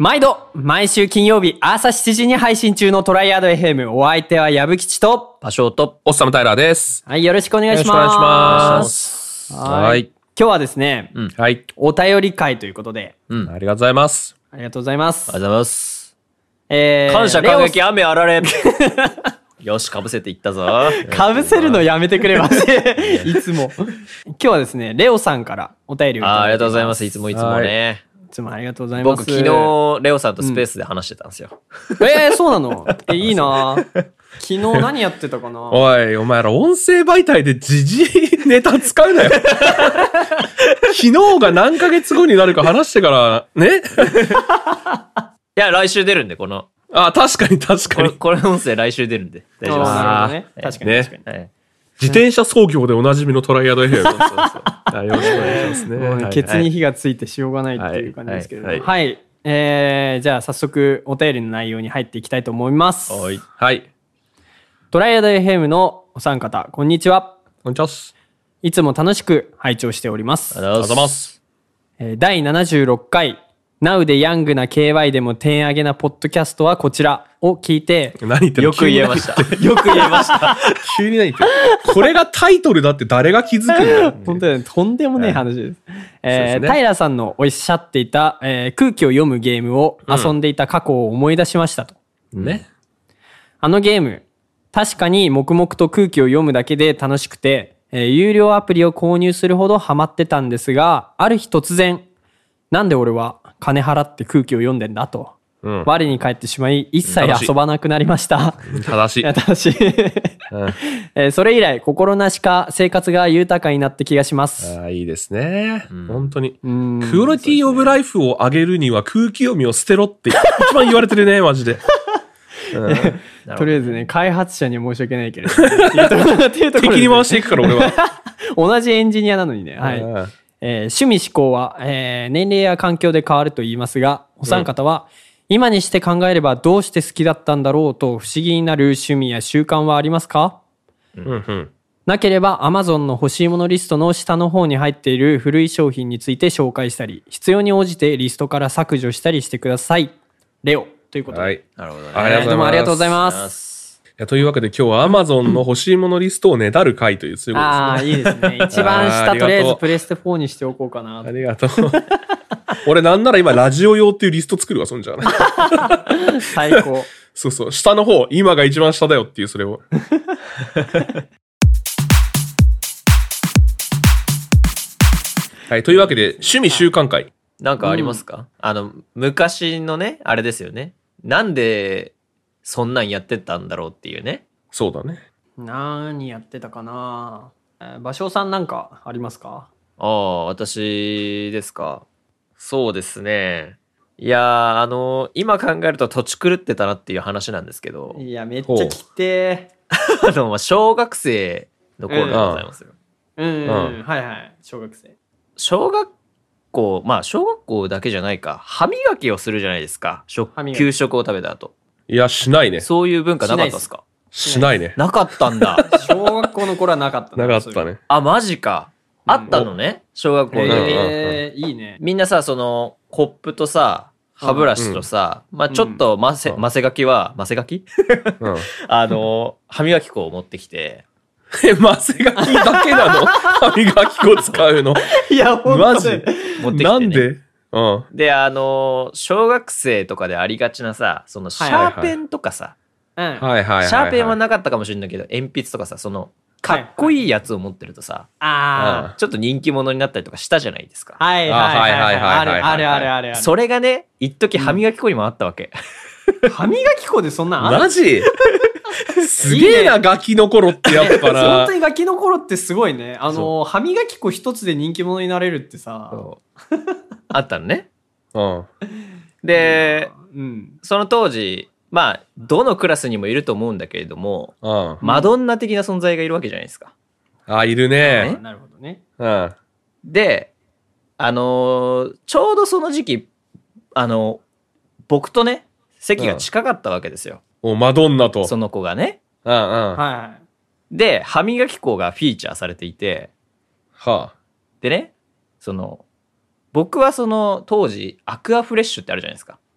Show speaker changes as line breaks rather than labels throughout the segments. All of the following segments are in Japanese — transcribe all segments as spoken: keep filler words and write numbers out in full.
毎度毎週金曜日朝しちじに配信中のトライアド エフエム、 お相手は矢吹吉と
場所と
おっさむタイラーです。
はい、よろしくお願いします。
よろしくお願いします。
はい。今日はですね、
うん、はい。
お便り会ということで、
うん、ありがとうございます。
ありがとうございます。
ありがとうございます。
えー、
感謝感激雨あられ。よし、かぶせていったぞ。
かぶせるのやめてくれませいつも。今日はですね、レオさんからお便りをいただいてます。
あ、ありがとうございます。いつもいつもね。
いつもありがとうございます。
僕昨日レオさんとスペースで話してたんですよ。
うん、えー、そうなの？え、いいな。昨日何やってたかな。
おい、お前ら音声媒体でジジイネタ使うなよ。昨日が何ヶ月後になるか話してからね。
いや、来週出るんで、この。
あ、確かに確かに。
これ、これ音声来週出るんで。大丈夫です。
なるほどね。確かに確かに。
ね、はい、自転車操業でおなじみのトライアド エフエム。そうそうそう。よろしくお願いしますね。
もうケツに火がついてしょうがないっていう感じですけれども。はい。はいはい、えー、じゃあ早速お便りの内容に入っていきたいと思います。
はい。はい。
トライアド エフエム のお三方、こんにちは。
こんにちは。
いつも楽しく拝聴しております。
ありがとうございます。
だいななじゅうろっかい、Now でヤングな ケーワイ でも点上げなポッドキャストはこちらを聞いて、
何言ってるの？
よく言えました。よく言えました。
急に何言ってる？これがタイトルだって誰が気づくんだよ。
本当にとんでもねえ話です。えー、平さんのおっしゃっていた、えー、空気を読むゲームを遊んでいた過去を思い出しましたと。
うん、ね。
あのゲーム、確かに黙々と空気を読むだけで楽しくて、えー、有料アプリを購入するほどハマってたんですが、ある日突然、なんで俺は金払って空気を読んでんだと、うん、我に返ってしまい一切遊ばなくなりました。
正しい。
正しい、うんえー、それ以来心なしか生活が豊かになって気がします。
ああ、いいですね、うん、本当に。
うん
クオリティオブライフを上げるには空気読みを捨てろって一番言われてるねマジで。
うん、とりあえずね、開発者には申し訳ないけれども
敵に回していくから俺は。
同じエンジニアなのにね。はい。えー、趣味思考は、えー、年齢や環境で変わると言いますが、お三方は、うん、今にして考えればどうして好きだったんだろうと不思議になる趣味や習慣はありますか？
うんうん、
なければ Amazon の欲しいものリストの下の方に入っている古い商品について紹介したり、必要に応じてリストから削除したりしてください。レオということで。
はい。
なるほどね。
どうもありがとうございます。
いやというわけで今日は Amazon の欲しいものリストをねだる回というそういうことですね。
ああ、いいですね。一番下とりあえずプレステフォーにしておこうかな。
ありがとう。俺なんなら今ラジオ用っていうリスト作るわ、そんじゃな。
最高。
そうそう。下の方、今が一番下だよっていうそれを。はい。というわけで趣味習慣会。
なんかありますか？うん、あの、昔のね、あれですよね。なんで、そんなんやってたんだろうっていうね。
そうだね。
何やってたかな。えー、芭蕉さんなんかありますか？
ああ、私ですか。そうですね。いやー、あのー、今考えると土地狂ってたなっていう話なんですけど。
いや、めっちゃきて
ー。あの、まあ、小学生の頃でございますよ。
うん、うん、うんうん、はいはい。小学生。
小学校、まあ、小学校だけじゃないか。歯磨きをするじゃないですか。給食を食べた後。
いや、しないね。
そういう文化なかったですか？
しないね。
なかったんだ。
小学校の頃はなかった。
なかったね。
あ、マジか。あったのね。小学校の時。
えー、いいね。
みんなさ、その、コップとさ、歯ブラシとさ、まあちょっとませ、ませがきは、ませがきあの、歯磨き粉を持ってきて。
え、ませがきだけなの？歯磨き粉使うの？
いや、ほんと
マジ？
持ってきて、ね。
なんで？うん、
で、あの、小学生とかでありがちなさ、そのシャーペンとかさ、
はい
はいはい、
シャーペンはなかったかもしれないけど、鉛筆とかさ、その、かっこいいやつを持ってるとさ、
はいあ
うん、ちょっと人気者になったりとかしたじゃないですか。
はいはいはいはい。あるあるあるある。
それがね、一時歯磨き粉にもあったわけ。
うん、歯磨き粉でそんなんある？
マジ？すげえな、ガキの頃ってやっぱな。
本当にガキの頃ってすごいね。あの、歯磨き粉一つで人気者になれるってさ。
あったのね。
うん、
で、
うん、
その当時、まあ、どのクラスにもいると思うんだけれども、
うん、
マドンナ的な存在がいるわけじゃないですか。
あ、いるね。
なるほどね。
うん、
で、あのー、ちょうどその時期、あのー、僕とね、席が近かったわけですよ。
うん、お、マドンナと。
その子がね。
うんうん。
はい。
で、歯磨き粉がフィーチャーされていて、
はあ。
でね、その、僕はその当時、アクアフレッシュってあるじゃないですか。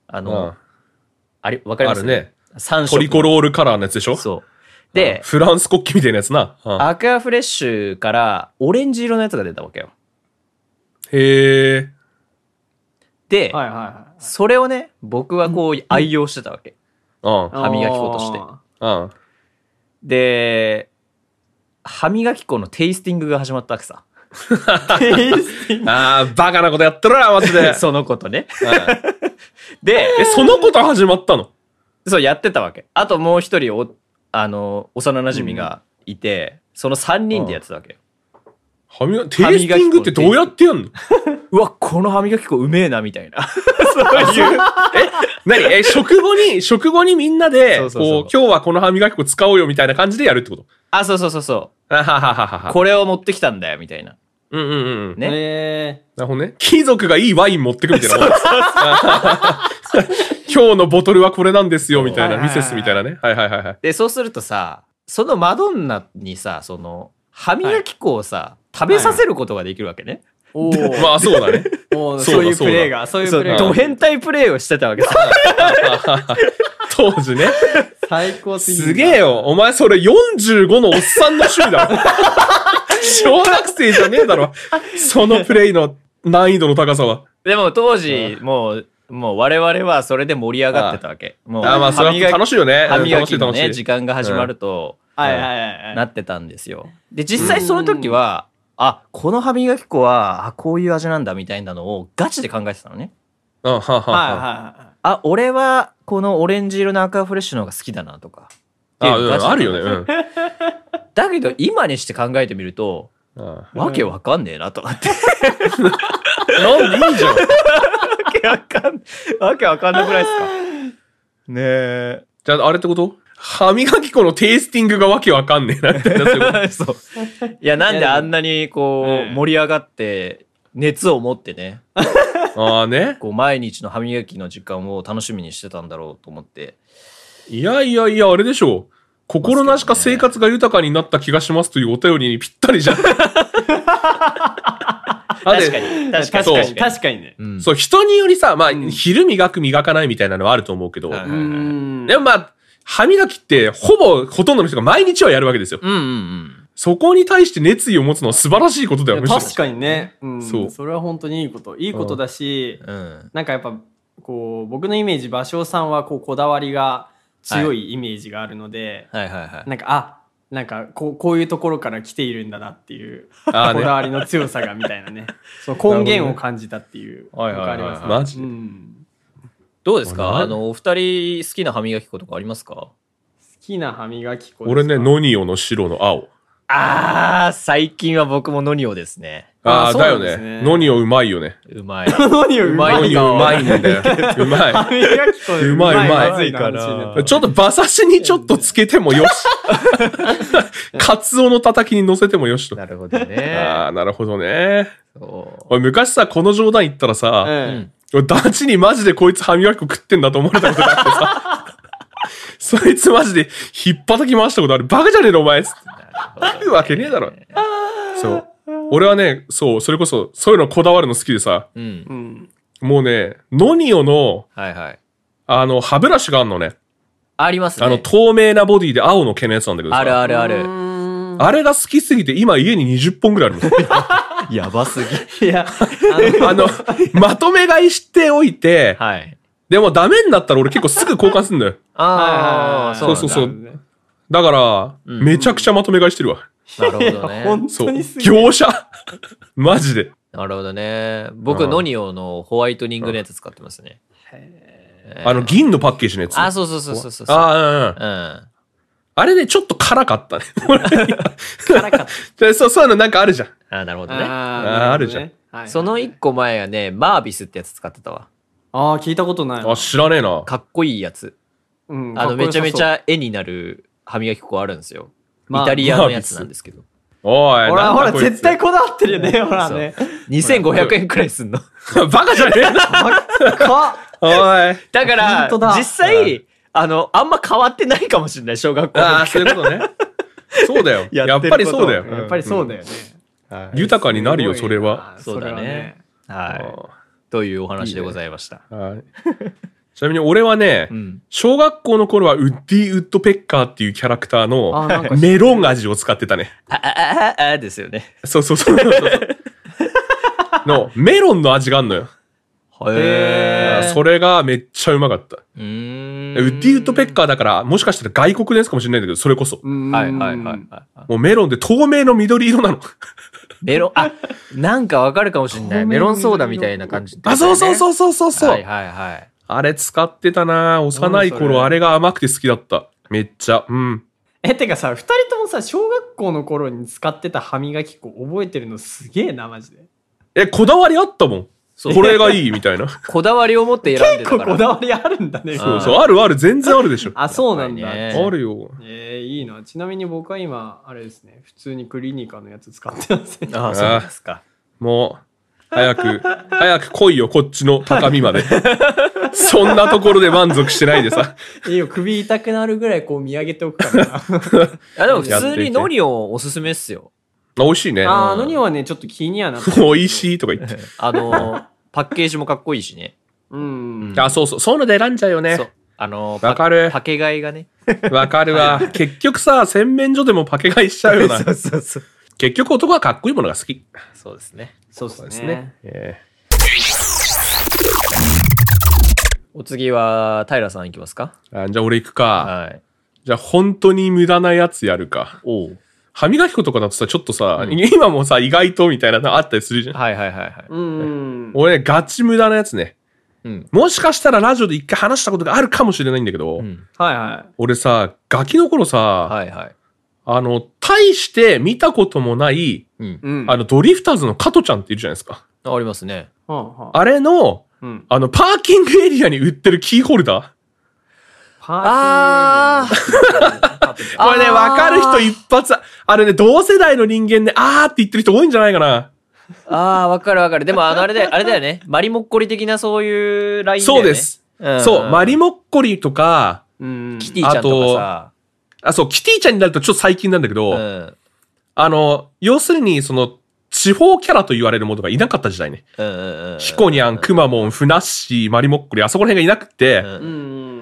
あの、
うん
あれ、わかります
あるね。
さん色
トリコロールカラーのやつでしょ。
そう。で、
フランス国旗みたいなやつな。うん
アクアフレッシュからオレンジ色のやつが出たわけよ。
へえ。
で、
はいはいはい。
それをね、僕はこう愛用してたわけ。
うん。
歯磨き粉として
うん。
で、歯磨き粉のテイスティングが始まったわけさ。
テイスティング
あー、バカなことやってるな、マジで。
そのことね。
うん
で、
え、そのこと始まったの？
そうやってたわけ。あともう一人お、あの、幼馴染がいて、その三人でやってたわけよ。
歯磨き、テイスティングってどうやってやんの？
うわ、この歯磨き粉うめえな、みたいな。そういう。
え、何え、食後に、食後にみんなで、
そうそうそう
こう、今日はこの歯磨き粉使おうよみたいな感じでやるってこと？
あ、そうそうそうそ
あはははは
う。
は。
これを持ってきたんだよ、みたいな。
うんうんうん。
ね。
え
なるほどね。貴族がいいワイン持ってくみたいなもん。今日のボトルはこれなんですよ、みたいな。
はいはいはい
ミセスみたいなね。はいはいはいはい。
で、そうするとさ、そのマドンナにさ、その、歯磨き粉をさ、食べさせることができるわけね。
ー、おー
まあそうだね。
おー
そうだ
そういうプレーが、そういう
そう、
プレーが。
ド変態プレイをしてたわけさ。
当時ね。
最高すぎる。
すげえよ。お前それよんじゅうごのおっさんの趣味だろ。小学生じゃねえだろ。そのプレイの難易度の高さは。
でも当時、もう、もう我々はそれで盛り上がってたわけ。もう、
あまあそれは楽しいよね。
歯磨
楽しい
きのね、
楽しい。
時間が始まると、
はいはいはいはい。
なってたんですよ。で、実際その時は、あ、この歯磨き粉は、あ、こういう味なんだみたいなのをガチで考えてたのね。
うん、はんはん
はい
はん。
は
あ、俺はこのオレンジ色のアクアフレッシュの方が好きだなとか。っていう
あ、うん、
のガチで
あるよね。うん。
だけど今にして考えてみると、
うん
わけわかんねえなと思って。
なんでいいじゃん。
わけわかん、わけわかんなくないですかねえ。
じゃあ、あれってこと歯磨き粉のテイスティングがわけわかんねえな、みたいな。そういうこと
そう。いや、なんであんなにこ
うん
う、盛り上がって、熱を持ってね、
ああね。
こう、毎日の歯磨きの時間を楽しみにしてたんだろうと思って。
いやいやいや、あれでしょう。心なしか生活が豊かになった気がしますというお便りにぴったりじゃん。
確かに。確かに。
確かに、
確かに。
確かにね。
うん
そう、人によりさ、まあ、
ん
昼磨く磨かないみたいなのはあると思うけど、
はいはい
うーん。
でもまあ、歯磨きってほぼほとんどの人が毎日はやるわけですよ。
うんうんうん。
そこに対して熱意を持つのは素晴らしいことだよ、むしろ。
確かにね。うん。
そう
それは本当にいいこと。いいことだし、
うん。
なんかやっぱ、こう、僕のイメージ、芭蕉さんはこう、こだわりが強いイメージがあるので、
はいはいはい。
なんか、あ、なんかこう、こういうところから来ているんだなっていう、
あーね
こだわりの強さがみたいなね。その根源を感じたっていう。
はいはいはいはい
わかりますね
マジで
うん
どうですか
あ
あの、お二人好きな歯磨き粉とかありますか
好きな歯磨き粉ですか。
俺ね、ノニオの白の青。
あー、最近は僕もノニオですね。
ああ、
あー
だよね
そうなんですね
ノニオうまいよね。
うまい。
何をうまい
ノニオうまいんだよ。うま
歯磨き粉で
うまいうまい
まずいの話になった
い。ちょっと馬刺しにちょっとつけてもよし。カツオのたたきに乗せてもよしと。
なるほど
あ
ね。
あ、なるほどね。
そう。
俺昔さ、この冗談言ったらさ、
うん
俺ダチにマジでこいつ歯磨き粉食ってんだと思われたことがあってさ、そいつマジで引っ叩き回したことある。バカじゃねえのお前つって。あるわけねえだろ。そう。俺はね、そう、それこそ、そういうのこだわるの好きでさ、
うん。
うん
もうね、ノニオの、
はいはい。
あの、歯ブラシがあるのね。
ありますね。
あの、透明なボディで青の毛のやつなんだけどさ。
あるあるあ
う
る。
ーん
あれが好きすぎて、今家ににじゅっぽんぐらいあるもん。
やばすぎ。
いや、
あの、まとめ買いしておいて、
はい。
でもダメになったら俺結構すぐ交換するんだよ。
ああ、
はい
そう
そうそう
なんだ
そうだから、
うん
めちゃくちゃまとめ買いしてるわ。
なるほどね。
本
そう。
当にすげえ。
業者マジで。
なるほどね。僕、
うん
ノニオのホワイトニングのやつ使ってますね。
あの、銀のパッケージのやつ。
あ、そうそうそうそうそう。
ああ、うんうん。
うん。
あれね、ちょっと辛かったね。
辛かっ
でそう、そういうのなんかあるじゃん。
あ、なるほど
た。
ね。
あーあるじゃん
ん。はい
その一個前がね、マービスってやつ使ってたわ。
ああ、聞いたことないな。
あ、知らねえな。
かっこいいやつ。
うん
あの、めちゃめち。
かっ
ゃ絵になる歯磨き粉あるんですよ。
まあ
イタリアのやつなんですけど。
おい、
こいいほら、ほら、
なんだこいつ
絶対こだわってるよね、ほらね。
にせんごひゃくえんくらいすんの。
バカじゃねえな。
か
おい。
だから
本当だ、
実際、あの、あんま変わってないかもしれない、小学校の
ああ、
時
そういうことね。そうだよ。やっぱりそうだよ。
やっぱりそうだよね。
はい
豊かになるよ、それは。
そうだね。はい。
あ
というお話でございました。
ーはい。 ちなみに俺はね、
うん、
小学校の頃はウッディ・ウッドペッカーっていうキャラクターのメロン味を使ってたね。
あ、あ、あ、あ、ですよね。
そうそうそう。の、メロンの味があんのよ。
へ
ー。それがめっちゃうまかった。
うーん。
ウッディ・ウッドペッカーだから、もしかしたら外国のやつかもしれないんだけど、それこそ。
はいはいはいはい。
もうメロンで透明の緑色なの。
メロン、あ、なんかわかるかもしれない。メロンソーダみたいな感じ、ね。
あ、そうそうそうそうそうそう。
はいはいはい。
あれ使ってたな幼い頃あれが甘くて好きだった。めっちゃ。うん。
え、てかさ、二人ともさ、小学校の頃に使ってた歯磨き粉覚えてるのすげえな、マジで。
え、こだわりあったもん。これがいいみたいな。
こだわりを持って選んでたから。
結構こだわりあるんだね。
そうそう、あるある、全然あるでしょ。
あ、そうなんだ。
ね、
あるよ。
えー、いいな。ちなみに僕は今、あれですね、普通にクリニカのやつ使ってますね。
ああ、そうですか。
もう、早く、早く来いよ、こっちの高みまで。そんなところで満足してないでさ。
いいよ、首痛くなるぐらいこう見上げておくからな。
あ、でも普通にノニオおすすめっすよ。
美味しいね。
あー、ノニオはね、ちょっと気にはなって。
美味しいとか言って。
あの、パッケージもかっこいいしね。
うん。
あ、そうそう。そういうので選んじゃうよね。
そう。あの、
わかる。
パケ買いがね。
わかるわ。結局さ、洗面所でもパケ買いしちゃうよな。
そうそうそう。
結局男はかっこいいものが好き。
そうですね。
そうですね。
えー
お次は、平さんいきますか？
あ、じゃあ俺行くか。
はい。
じゃあ本当に無駄なやつやるか。
おう。
歯磨き粉とかだとさ、ちょっとさ、
うん、
今もさ、意外とみたいなのあったりするじゃん。
はいはいはいはい。
うん。
俺ね、ガチ無駄なやつね。
うん。
もしかしたらラジオで一回話したことがあるかもしれないんだけど、
うん、
はいはい。
俺さ、ガキの頃さ、
はいはい。
あの、大して見たこともない、
うん。
あの、ドリフターズの加トちゃんっているじゃないですか。
ありますね。
はあは
あれの、うん、あの、パーキングエリアに売ってるキーホルダー。
あ
ー。これね、わかる人一発、あれね、同世代の人間で、あーって言ってる人多いんじゃないかな。
ああ、わかるわかる。でも、あの、あれだよ、あれだよね。マリモッコリ的なそういうラインだよね。
そうです。
うん、
そう、マリモッコリとか、
うん、
キティちゃんとかさ。
あ、そう、キティちゃんになるとちょっと最近なんだけど、うん、あの、要するに、その、地方キャラと言われるものがいなかった時代ね。ヒコニャン、くまモン、フナッシー、マリモッコリ、あそこら辺がいなくて、うん、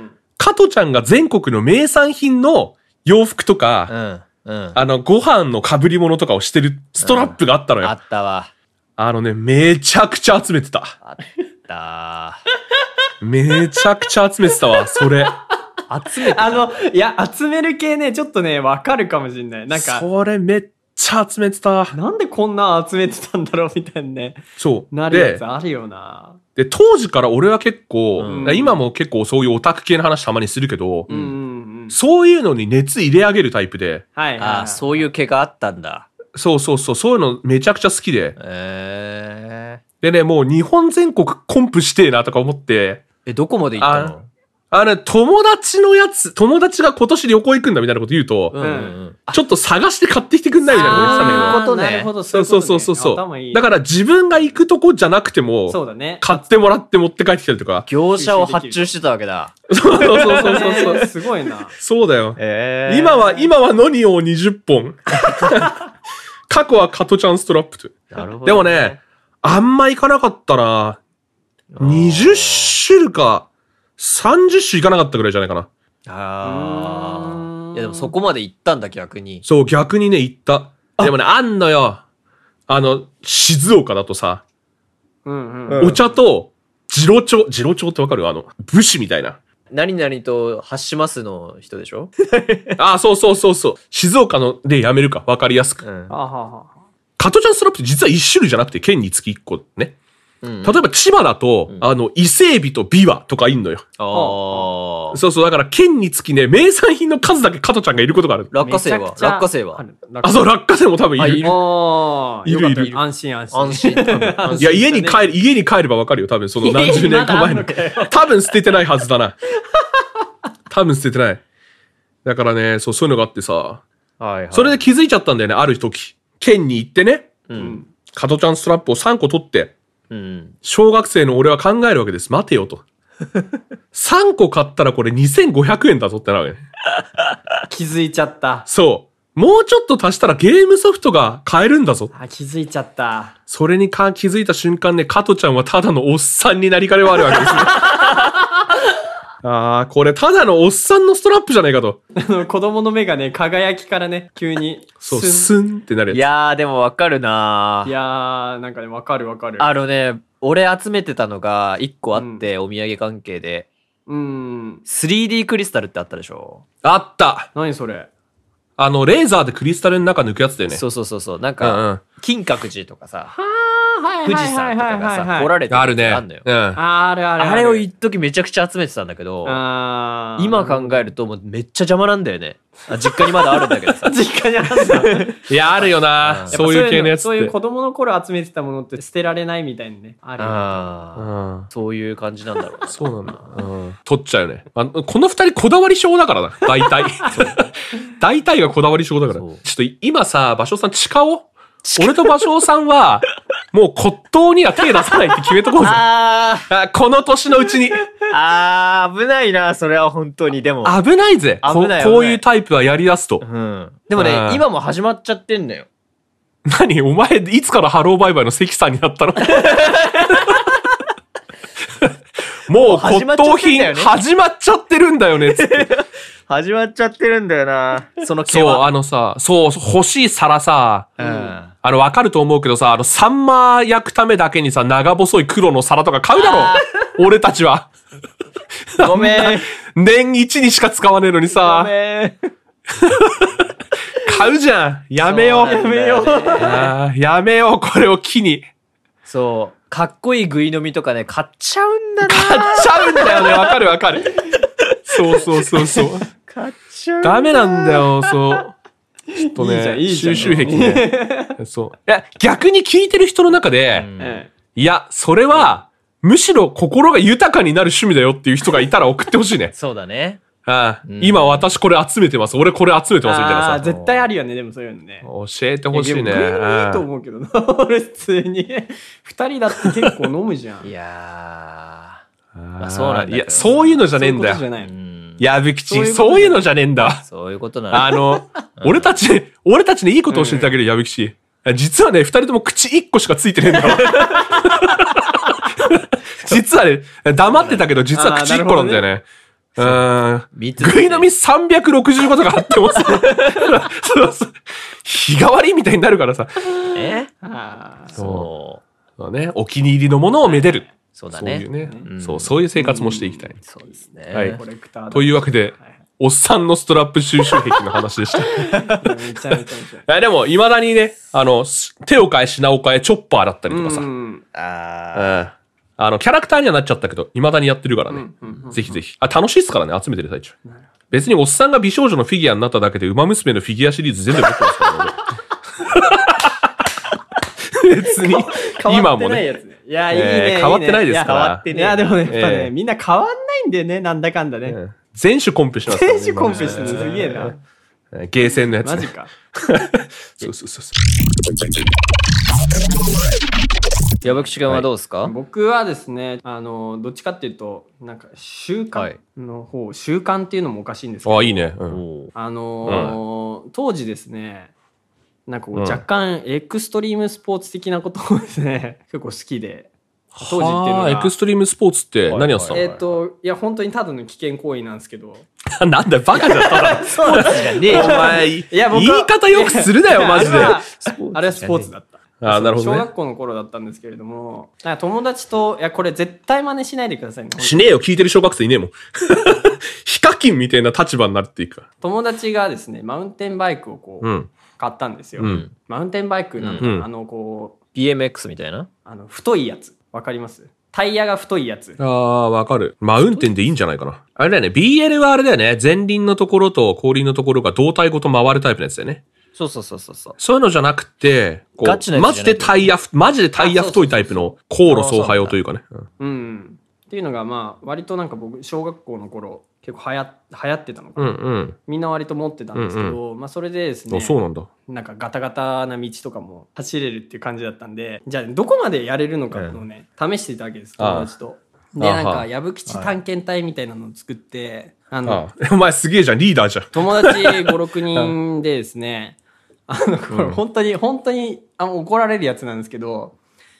加トちゃんが全国の名産品の洋服とか、うんうん、あの、ご飯の被り物とかをしてるストラップがあったのよ。
うん、あったわ。
あのね、めちゃくちゃ集めてた。
あった
めちゃくちゃ集めてたわ、それ。
集めてた
あの、いや、集める系ね、ちょっとね、わかるかもしんない。なんか。
それめっちゃ集めてた。
なんでこんな集めてたんだろうみたいなね。
そう。
なるやつあるよな。
で、当時から俺は結構、うん、今も結構そういうオタク系の話たまにするけど、うんうんうん、そういうのに熱入れ上げるタイプで。
はいはいはい、ああ、そういう毛があったんだ。
そうそうそう、そういうのめちゃくちゃ好きで。
えー、
でね、もう日本全国コンプしてえなとか思って。
え、どこまで行ったの？
あれ、友達のやつ、友達が今年旅行行くんだみたいなこと言うと、うんうん、ちょっと探して買ってきてくんないみたいなこと言ってたんだけど。
なるほどね。
なるほど、
そうそうそうそうそう。だから自分が行くとこじゃなくても、
そうだね。
買ってもらって持って帰ってきたりとか。
業者を発注してたわけだ。
そうそうそうそうそう。
すごいな。
そうだよ。
えー、
今は、今はノニオにじゅっぽん。過去は加トちゃんストラップと。
なるほど、ね。
でもね、あんま行かなかったら、にじゅっ種類か、さんじゅっ種いかなかったぐらいじゃないかな。
ああ。いやでもそこまで行ったんだ逆に。
そう、逆にね、行った。でもね、あんのよ。あの、静岡だとさ、うんうん、お茶と、次郎長、次郎長ってわかる？あの、武士みたいな。
何々と発しますの人でしょ？
ああ、そうそうそうそう。静岡のでやめるか、わかりやすく。うん、加トちゃんストラップって実は一種類じゃなくて、県につき一個ね。例えば千葉だと、うん、あの、伊勢海老とビワとかいんのよ。
ああ。
そうそう、だから県につきね、名産品の数だけ加トちゃんがいることがある。
落花生は落花生は
あ、そう、落花生も多分いる。
ああ、いるいる。安心安心。
安心。
いや、家に帰る、家に帰ればわかるよ。多分その何十年か前の。多分捨ててないはずだな。多分捨ててない。だからね、そう、そういうのがあってさ。
はいはい。
それで気づいちゃったんだよね、ある時。県に行ってね。うん。加トちゃんストラップをさんこ取って。うん、小学生の俺は考えるわけです。待てよと。さんこ買ったらこれにせんごひゃくえんだぞってなるわけね。
気づいちゃった。
そう。もうちょっと足したらゲームソフトが買えるんだぞ。
あ、気づいちゃった。
それにか気づいた瞬間ね、加トちゃんはただのおっさんになりかねはあるわけですね。 ああ、これただのおっさんのストラップじゃないかと。
あの、子供の目がね、輝きからね、急に。
そう、
スン
スンってなるやつ。
いやー、でもわかるない
やー、なんかね、わかるわかる。
あのね、俺集めてたのが一個あって、お土産関係で。
うん。
スリーディー クリスタルってあったでしょ？
あった。
何それ？
あの、レーザーでクリスタルの中抜くやつだよね。
そうそうそうそう。なん
うんう
か
ん、
金閣寺とかさ、
はー、
富士山とかがさ、掘られてる
あるね。
やつあんのよ。
うん。
あるあるある。
あれを一時めちゃくちゃ集めてたんだけど、
あー
今考えるともうめっちゃ邪魔なんだよね。あ、実家にまだあるんだけどさ。
実家にあるんだ。やっ
いや、あるよな。
うん
そういう系のやつって。
そういう子供の頃集めてたものって捨てられないみたいにね。あるよ。
あ
うん
あ、そういう感じなんだろうな。
そうなんだ。うん。取っちゃうよね。あこの二人こだわり症だからな。大体。大体がこだわり症だから。ち
そう
ょっと今さ、芭蕉さん誓おう。俺と芭蕉さんは、もう骨董には手出さないって決めとこうぜ。
あ
あこの年のうちに。
ー、あー、危ないな、それは本当に。でも。
危ないぜ。こ
危ない
こういうタイプはやり出すと。
うん。でも
あ
ね、
ー
今も始まっちゃってんだよ。
何お前、いつからハローバイバイの関さんになったのもう骨董品始まっちゃってるんだよね。つって
始まっちゃってるんだよな。その毛
そう、
は。
あのさ、そう、欲しい皿さ、
うん。
あの、わかると思うけどさ、あの、サンマ焼くためだけにさ、長細い黒の皿とか買うだろ俺たちは。
ごめん。
年一にしか使わねえのに
ご
さ、
めん。
買うじゃん。やめよう。
そうなんだよね
あーやめよう、これを機に。
そう。かっこいい食い飲みとかね、買っちゃうんだな。
買っちゃうんだよね、わかるわかる。そうそうそうそう。
買っちゃう。
ダメなんだよ、そう。ちょっとね、
いいじゃんいいじゃん
収集癖ね。そう。いや、逆に聞いてる人の中で、
うん
え
いや、それは、むしろ心が豊かになる趣味だよっていう人がいたら送ってほしいね。
そうだね。
ああ
うん
今私これ集めてます。俺これ集めてますみたいなさ。
あー絶対あるよね、でもそういうのね。
教えてほしいね。
いやでも食いのいいと思うけどな。俺普通に。二人だって結構飲むじゃん。
いやー。
あ
まあそうなんだけど
いや、そういうのじゃねえんだよ。
そういうことじゃない。
うん。
やぶきち、
そういうこと
そういうのじゃねえんだわ。
そういうことなの。
あの、俺たち、俺たちね、いいこと教えてあげる、やぶきち。実はね、二人とも口一個しかついてねえんだわ。実はね、黙ってたけど、実は口一個なんだよね。うーん。
三つ
食い飲みさんびゃくろくじゅうごとかあってもさ、そうそう。日替わりみたいになるからさ。
え
あー
そう。
そうね、お気に入りのものをめでる。
そうだね。
そういうね、
うん
そう、そういう生活もしていきたい。
そうですね。
はい
コレクターだ
というわけで、おっさんのストラップ収集癖の話でした。
めちゃめちゃめちゃ。
いやでも、未だにね、あの、す手を変え品を変えチョッパーだったりとかさ。
う
うん。
ん
あ
あの、キャラクターにはなっちゃったけど、未だにやってるからね。ぜひぜひ。あ、楽しいっすからね、集めてる最中。別におっさんが美少女のフィギュアになっただけで、ウマ娘のフィギュアシリーズ全部持ってますからね。俺別に、今もね。
いや、いいね。
えー変わってないですから
や変わってねいや、でもね、やっぱ
え
ね、
ー
みんな変わんないんだよね、なんだかんだね。
うん全種コンペしてますからね。
選手コンペしてるのすげえな。
今ねゲーセンのやつ、ね。
マジか。
そうそうそうそ
ー。矢吹君はどうですか？
僕はですね、あの、どっちかっていうと、なんか、習
は
慣
い
の方、習慣っていうのもおかしいんですけ
う。
ど。
あ、いいね。うん。
おー
あのー当時ですね、なんかこう
うん
若干エクストリームスポーツ的なことをですね、結構好きで、当時っていうのが
はあエクストリームスポーツって何やってたの、
えっ、と、いや、本当にただの危険行為なんですけど、
なんだよ、バカじゃっただろ。
そうなんです
ねえ
お前、
いや僕は
言い方よくするなよ、マジで。
あれはあれはスポーツだった。
あーなるほどね
小学校の頃だったんですけれども、なんか友達と、いや、これ絶対真似しないでくださいね。
しねえよ、聞いてる小学生いねえもん。ヒカキンみたいな立場になるっていうか。
友達がですね、マウンテンバイクをこう、
うん。
買ったんですよ。
うん
マウンテンバイクなんか、
うん
あの、こう、
ビーエムエックス みたいな？
あの、太いやつ。わかりますタイヤが太いやつ。
ああ、わかる。マウンテンでいいんじゃないかな。あれだよね、ビーエル はあれだよね、前輪のところと後輪のところが胴体ごと回るタイプのやつだよね。
そうそうそうそうそう。
そういうのじゃなくて、こ
ガチな
う、マジ
やつじゃない
でタイヤ、マジでタイヤ太いタイプの航路走破用というかね。うん
うん。っていうのが、まあ、割となんか僕、小学校の頃、結構流行流行ってたのか
う
な。
んうん。
みんな割と持ってたんですけど、まあ、それでですね
あ、、そうなんだ。
なんかガタガタな道とかも走れるっていう感じだったんで、じゃあどこまでやれるのかっていうのをね、試していたわけです、友達と。で、
ああ
なんか、矢吹吉探検隊みたいなのを作って、あの、
ああお前すげえじゃん、リーダーじゃん。
友達ご、ろくにんでですね、あの、これ本当に、本当にあ怒られるやつなんですけど、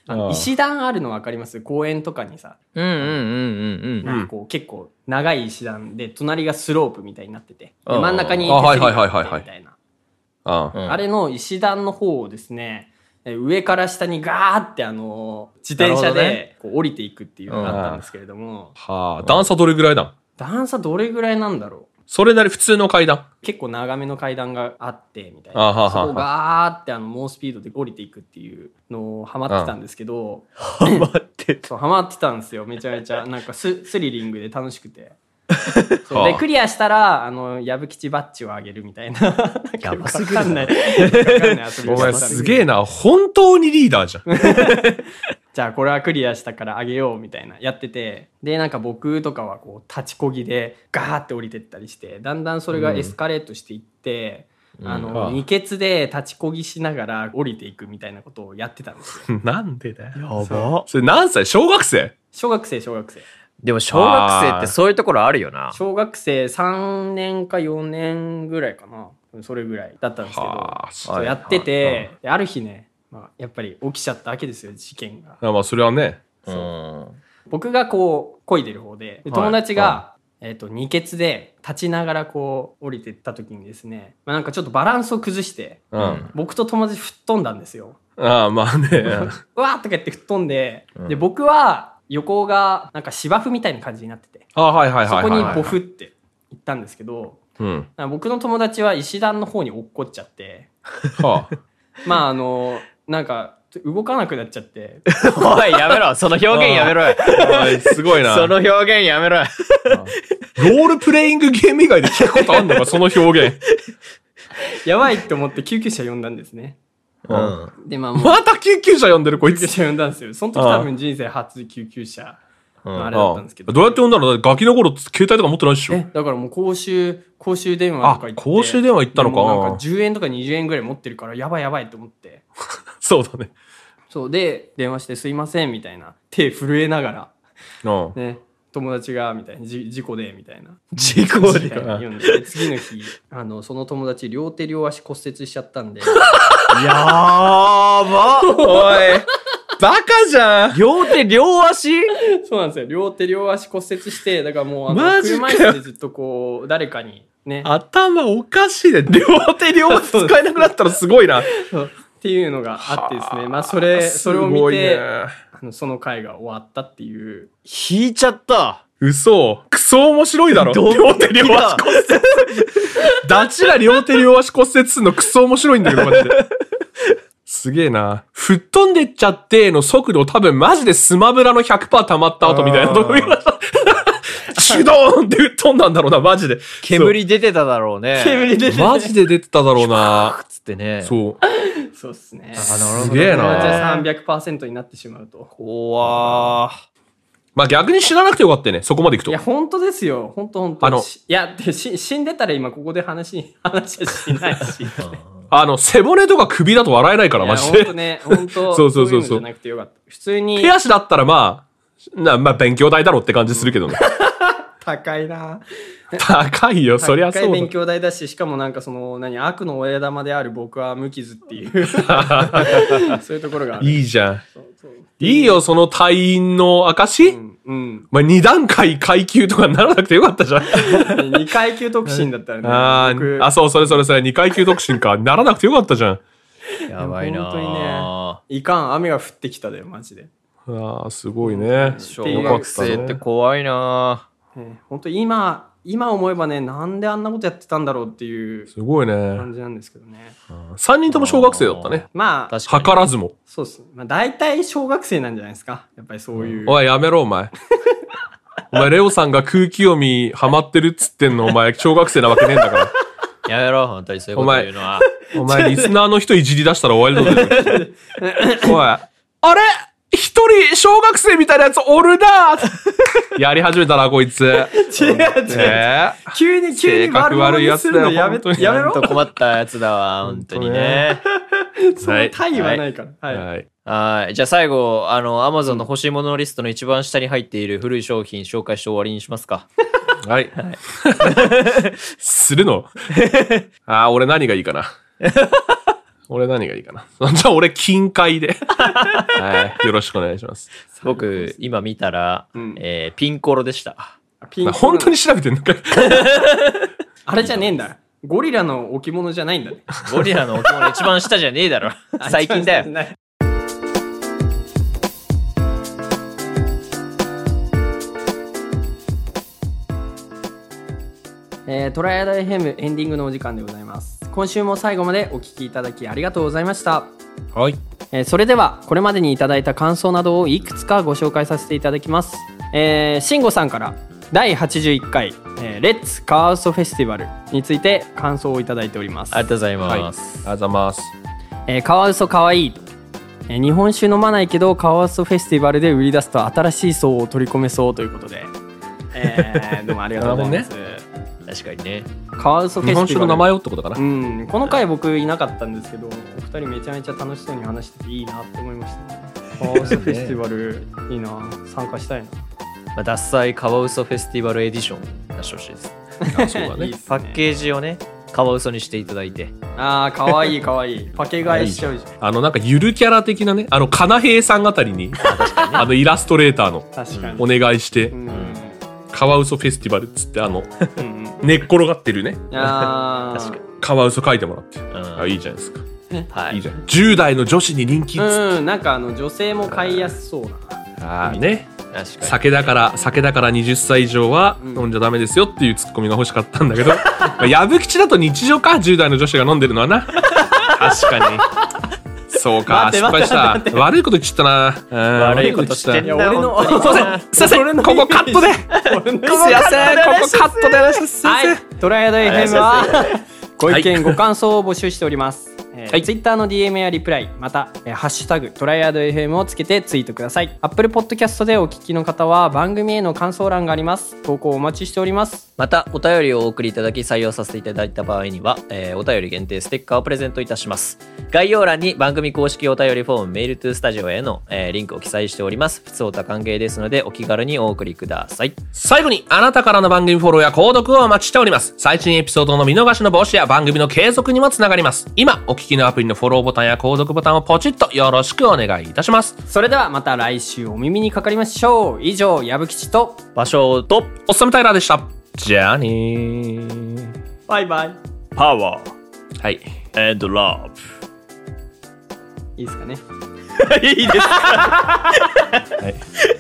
あの石段あるの分かります？公園とかにさ、
うんうんうんうんうん。
なんかこう結構長い石段で隣がスロープみたいになってて、
うん
真ん中に手
あ
すりがあってみたいな。
あ
うん
あれの石段の方をですね、上から下にガーってあの自転車でこう降りていくっていうのがあったんですけれども、
はあ、段差どれぐらいだ？
段差どれぐらいなんだろう。
それなり普通の階段。
結構長めの階段があってみたい
あはは
な、そこをガーってあの猛スピードで降りていくっていうのをハマってたんですけど、
ハマって
そうハマってたんですよ。めちゃめちゃなんかススリリングで楽しくて。そうでクリアしたらあの矢吹吉バッジをあげるみたいな。
やばすぎる
わかんない。わかんない遊びをしてたんですけど
お前すげえな。本当にリーダーじゃん。
じゃあこれはクリアしたからあげようみたいなやってて、でなんか僕とかはこう立ちこぎでガーって降りてったりして、だんだんそれがエスカレートしていって、うん、あの、
うん、
二ケツで立ちこぎしながら降りていくみたいなことをやってたんですよ。
なんでだよ。
やば。
それ何歳？小学生？
小学生小学生。
でも小学生ってそういうところあるよな。
小学生さんねんかよねんぐらいかな、それぐらいだったんですけど、そうやってて、である日ね、まあ、やっぱり起きちゃったわけですよ、事件が。
あまあそれはね。
うん。
僕がこう漕いでる方で、で友達が、はい、えっと二ケツで立ちながらこう降りてった時にですね、まあ、なんかちょっとバランスを崩して、
うん、
僕と友達吹っ飛んだんですよ。
ああまあね。
うわーとか言って吹っ飛んで、うん、で僕は横がなんか芝生みたいな感じになってて、
あはいはいはいはい、
そこにボフって行ったんですけど、
うん、
僕の友達は石段の方に落っこっちゃって、
はあ、ま
ああのなんか動かなくなっちゃって。
おいやめろ、その表現やめろよ。
すごいな。
その表現やめろよ。
ロールプレイングゲーム以外で聞くことあんのか、その表現。
やばいって思って救急車呼んだんですね。
うん、
でまあ
また救急車呼んでるこいつ。
救急車呼んだんですよ。その時多分人生初救急車のあれだったんですけど、
うん、どうやって呼んだの？ガキの頃携帯とか持ってないでしょ。
えだからもう公衆公衆電話とか行って、
公衆電話行ったのかな。
なんかじゅうえんとかにじゅうえんぐらい持ってるからやばいやばいと思って。
そうだね。
そうで電話してすいませんみたいな、手震えながら、
うん、
ね、友達がみたいな、じ事故でみたいな
事故で
読んで、次の日あのその友達両手両足骨折しちゃったんでや
ーば
おいバカじゃん。
両手両足
そうなんですよ、両手両足骨折して、だからもうあの車椅子でずっとこう誰かにね、
頭おかしいね。両手両足使えなくなったらすごいな。
っていうのがあってですね、まあそれそれを見て、あのその回が終わったっていう。
引いちゃった。
嘘。クソ面白いだろ。両手両足骨折。ダチが両手両足骨折するのクソ面白いんだけどマジで。すげえな。吹っ飛んでっちゃっての速度多分マジでスマブラの ひゃくパーセント 溜まった後みたいなところシュドーンって吹っ飛んだんだろうなマジで。
煙出てただろうね。
煙出てた。
マジで出てただろうな。
つってね。
そう。
そうっすね。
あ、なるほど。すげえな。
じゃあ さんびゃくパーセント になってしまうと。
怖ー。
まあ逆に死ななくてよかったね、そこまでいくと。
いや、本当ですよ。本当本当。
あの、
いや、でし死んでたら今ここで話、話はしないし。
あの、背骨とか首だと笑えないから、マジで。
本当ね、本当
そうそうそうそう。
そういうのじゃなくてよかった。普通に。
手足だったらまあ、なまあ勉強代だろって感じするけどね。
高いな。
高いよ、そりゃそうだ。
高い勉強代だし、しかもなんかその、何、悪の親玉である僕は無傷っていう。そういうところがある。
いいじゃん。そうそういいよ、その隊員の証、うん
うん。
まあ、二段階階級とかにならなくてよかったじゃん。
二階級特進だったらね。
ああ、そう、それそれそれ、二階級特進か。ならなくてよかったじゃん。
やばいな。
本当にね。いかん、雨が降ってきたで、マジで。
ああ、すごいね。
小学生って怖いな。
ね、本当今、今思えばね、なんであんなことやってたんだろうっていう
すごいね
感じなんですけどね。
さんにんとも小学生だったね。
まあ、
図らずも。
そうっす。まあ、大体小学生なんじゃないですか。やっぱりそういう。
おい、やめろ、お前。お前、レオさんが空気読みハマってるっつってんの、お前、小学生なわけねえんだから。
やめろ、本当にそういうこと言うのは。
お前、お前リスナーの人いじり出したら終わりだぞ。おい、あれ一人、小学生みたいなやつおるなやり始めたな、こいつ。違う違う。
えー、急に、急に悪悪いやつだよ。やめ、やめろ。
ほんと困ったやつだわ、本当にね。
その体位はないから。
はい。はい。はい。じゃあ最後、あの、アマゾンの欲しいものリストの一番下に入っている古い商品紹介して終わりにしますか。
はい。はい、するのああ、俺何がいいかな。 俺何がいいかな。じゃあ俺近海で、はい、よろしくお願いします。
僕今見たら、うんえー、ピンコロでした。
ピンコロ本当に調べてんのか
あれじゃねえんだ。ゴリラの置物じゃないんだね。
ゴリラの置物一番下じゃねえだろ。最近だよ。
えー、トライアド エフエム エンディングのお時間でございます。今週も最後までお聞きいただきありがとうございました。
はい、
えー、それではこれまでにいただいた感想などをいくつかご紹介させていただきます。えー、慎吾さんからだいはちじゅういっかい、えー、レッツカワウソフェスティバルについて感想をいただいております。
ありがとうございます、はい、あり
がとうございます。
えー、カワウソかわいいと、えー、日本酒飲まないけどカワウソフェスティバルで売り出すと新しい層を取り込めそうということで、えー、どうもありがとうございます。
確かにね。
カワウソフェスティバル
日本酒の名前をってことかな。
うん、この回僕いなかったんですけど、お二人めちゃめちゃ楽しそうに話してていいなって思いましたね。カワウソフェスティバルいいな、参加したいな。
まあ、ダッサイカワウソフェスティバルエディション出してほしいです。
あ、そうだね。いいっすね。
パッケージをね、カワウソにしていただいて。
ああ、かわいいかわいい。パケ買いしちゃうじゃん。
あのなんかゆるキャラ的なね、あのかなへいさんあたりに、あのイラストレーターの
確かに
お願いして、
うん、
カワウソフェスティバルっつってあの寝っ転がってるね。
あ
確かに。
カワウソ描いてもらって、うん、あいいじゃないですか。
はい。
いいじゃん。じゅう代の女子に人気っつって。
うん、なんかあの女性も買いやすそうな。
ああね。
確かに。
酒だから酒だからはたち以上は飲んじゃダメですよっていうツッコミが欲しかったんだけど、やぶきちだと日常かじゅう代の女子が飲んでるのはな。確かに。そうか、失敗した。悪いこと言っちゃったな。
悪いことしてんだよ。
俺の
すいません、すいません、ここカットで。すいません、ここカットでお願いします。
はい、トライアド エフエム はご意見ご感想を募集しております。はい、ツイッターの ディーエム やリプライ、また、えー、ハッシュタグトライアド エフエム をつけてツイートください。Apple Podcast でお聞きの方は番組への感想欄があります。投稿お待ちしております。
またお便りをお送りいただき採用させていただいた場合には、えー、お便り限定ステッカーをプレゼントいたします。概要欄に番組公式お便りフォームメールトゥースタジオへの、えー、リンクを記載しております。普通おた歓迎ですのでお気軽にお送りください。
最後にあなたからの番組フォローや購読をお待ちしております。最新エピソードの見逃しの防止や番組の継続にもつながります。今お聞きのアプリのフォローボタンや購読ボタンをポチッとよろしくお願いいたします。
それではまた来週お耳にかかりましょう。以上、矢吹吉と
場所と
おっさむタイラーでした。じゃあねー。
バイバイ。
パワー。
はい。
and love。
いいですかね。
いいですか。
はい。